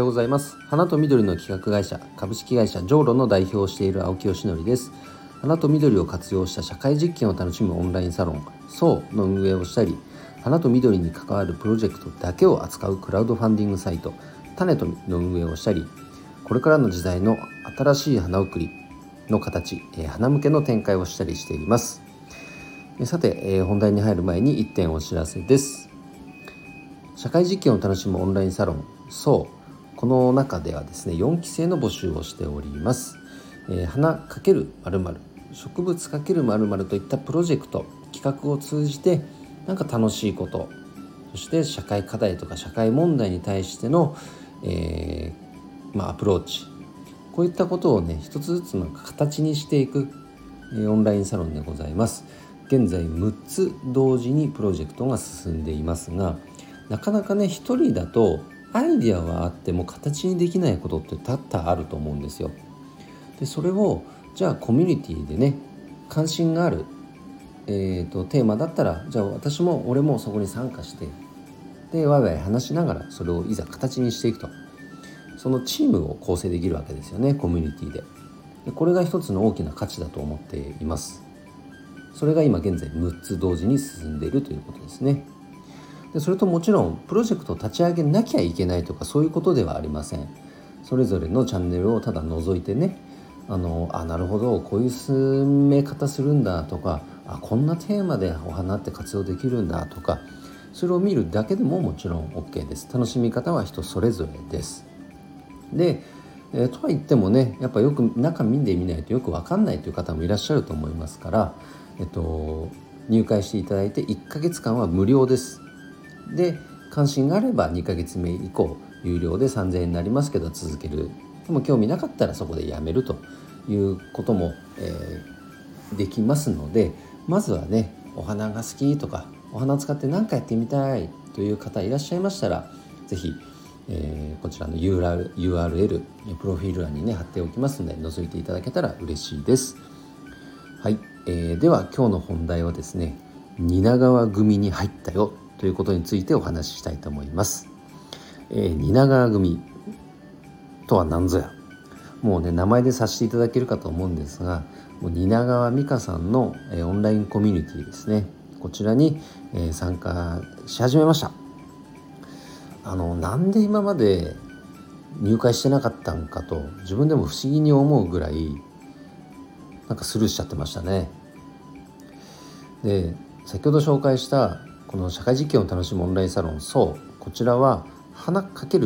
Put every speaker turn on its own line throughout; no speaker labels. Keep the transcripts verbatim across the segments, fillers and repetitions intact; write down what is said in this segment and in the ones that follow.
ございます。花と緑の企画会社株式会社ジョーロの代表をしている青木よしのりです。花と緑を活用した社会実験を楽しむオンラインサロン ソー の運営をしたり、花と緑に関わるプロジェクトだけを扱うクラウドファンディングサイト種との運営をしたり、これからの時代の新しい花送りの形、えー、花向けの展開をしたりしています。さて、えー、本題に入る前にいってんお知らせです。社会実験を楽しむオンラインサロン ソー、 この中ではですねよんきせいの募集をしております。えー、花×〇〇、植物×〇〇といったプロジェクト企画を通じてなんか楽しいこと、そして社会課題とか社会問題に対しての、えーまあ、アプローチ、こういったことをね一つずつの形にしていく、えー、オンラインサロンでございます。現在むっつ同時にプロジェクトが進んでいますが、なかなかね一人だとアイデアはあっても形にできないことって多々あると思うんですよ。でそれをじゃあコミュニティでね関心がある、えーと、テーマだったら、じゃあ私も俺もそこに参加して、でワイワイ話しながらそれをいざ形にしていくと、そのチームを構成できるわけですよね、コミュニティで。でこれが一つの大きな価値だと思っています。それが今現在むっつ同時に進んでいるということですね。でそれともちろんプロジェクトを立ち上げなきゃいけないとかそういうことではありません。それぞれのチャンネルをただ覗いてね、あのあなるほどこういう進め方するんだとか、あこんなテーマでお花って活用できるんだとか、それを見るだけでももちろん OK です。楽しみ方は人それぞれです。で、えー、とは言ってもねやっぱよく中見てみないとよく分かんないという方もいらっしゃると思いますから、えっと、入会していただいていっかげつかんは無料です。で関心があればにかげつめ以降有料でさんぜんえんになりますけど続ける。でも興味なかったらそこでやめるということも、えー、できますので、まずはねお花が好きとかお花を使って何かやってみたいという方いらっしゃいましたら、ぜひ、えー、こちらの ユーアールエル プロフィール欄にね貼っておきますので覗いていただけたら嬉しいです。はい、えー、では今日の本題はですね、蜷川組に入ったよということについてお話ししたいと思います。えー、蜷川組とは何ぞや。もうね名前で察していただけるかと思うんですが、もう蜷川美香さんの、えー、オンラインコミュニティですね、こちらに、えー、参加し始めました。あのなんで今まで入会してなかったんかと自分でも不思議に思うぐらいなんかスルーしちゃってましたね。で先ほど紹介したこの社会実験を楽しむオンラインサロン ソー、 こちらは花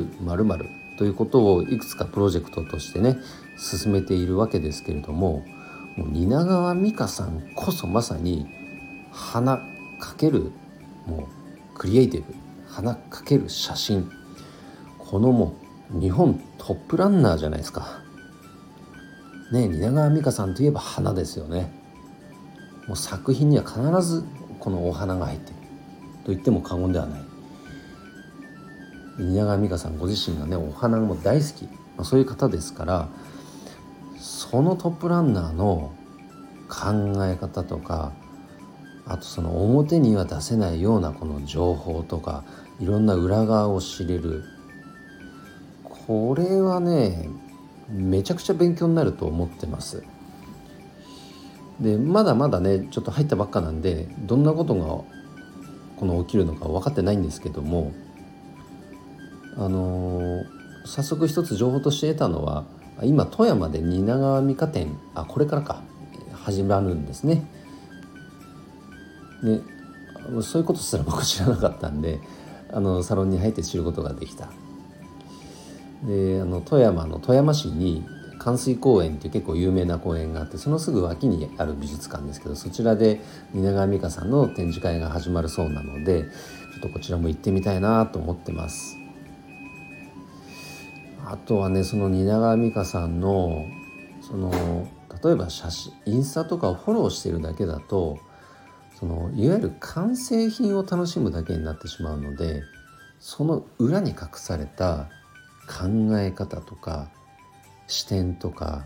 ×〇〇ということをいくつかプロジェクトとしてね進めているわけですけれども、もう蜷川美香さんこそまさに花×もうクリエイティブ、花×写真、このもう日本トップランナーじゃないですかね。蜷川美香さんといえば花ですよね。もう作品には必ずこのお花が入っていると言っても過言ではない。蜷川美香さんご自身がねお花も大好き、まあ、そういう方ですから、そのトップランナーの考え方とか、あとその表には出せないようなこの情報とかいろんな裏側を知れる、これはねめちゃくちゃ勉強になると思ってます。でまだまだねちょっと入ったばっかなんでどんなことがこの起きるのか分かってないんですけども、あのー、早速一つ情報として得たのは、今富山で蜷川美香展、あこれからか始まるんですね。でそういうことすら僕知らなかったんで、あのサロンに入って知ることができた。であの富山の富山市に関水公園っていう結構有名な公園があって、そのすぐ脇にある美術館ですけど、そちらで蜷川美香さんの展示会が始まるそうなので、ちょっとこちらも行ってみたいなと思ってます。あとはねその蜷川美香さんのその例えば写真インスタとかをフォローしてるだけだと、そのいわゆる完成品を楽しむだけになってしまうので、その裏に隠された考え方とか視点とか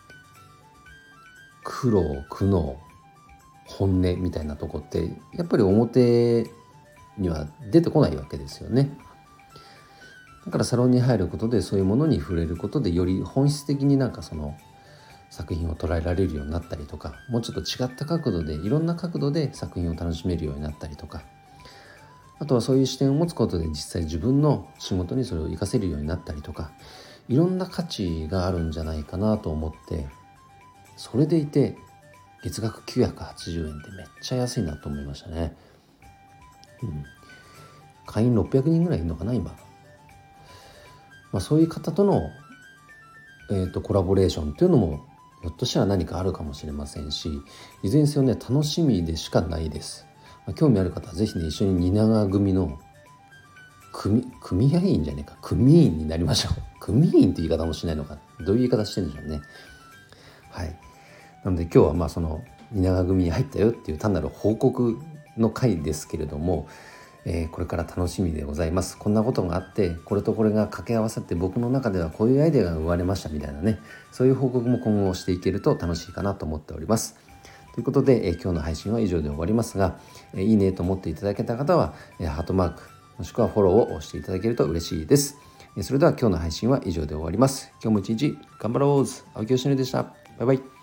苦労苦悩本音みたいなとこってやっぱり表には出てこないわけですよね。 だからサロンに入ることでそういうものに触れることでより本質的になんかその作品を捉えられるようになったりとか、もうちょっと違った角度でいろんな角度で作品を楽しめるようになったりとか、あとはそういう視点を持つことで実際自分の仕事にそれを活かせるようになったりとか、いろんな価値があるんじゃないかなと思って、それでいて月額きゅうひゃくはちじゅうえんってめっちゃ安いなと思いましたね。うん、会員ろっぴゃくにんぐらいいるのかな今。まあ、そういう方との、えーと、コラボレーションっていうのもひょっとしたら何かあるかもしれませんし、いずれにせよね楽しみでしかないです。まあ、興味ある方はぜひね一緒に蜷川組の組組合員じゃねえか組員になりましょう。組員って言い方もしないのか、どういう言い方してるんでしょうね。はい。なので今日はまあその蜷川組に入ったよっていう単なる報告の回ですけれども、えー、これから楽しみでございます。こんなことがあってこれとこれが掛け合わさって僕の中ではこういうアイデアが生まれましたみたいなね、そういう報告も今後していけると楽しいかなと思っております。ということで、えー、今日の配信は以上で終わりますが、えー、いいねと思っていただけた方は、えー、ハートマークもしくはフォローを押していただけると嬉しいです。えー、それでは今日の配信は以上で終わります。今日も一日頑張ろう。青木よしのりでした。バイバイ。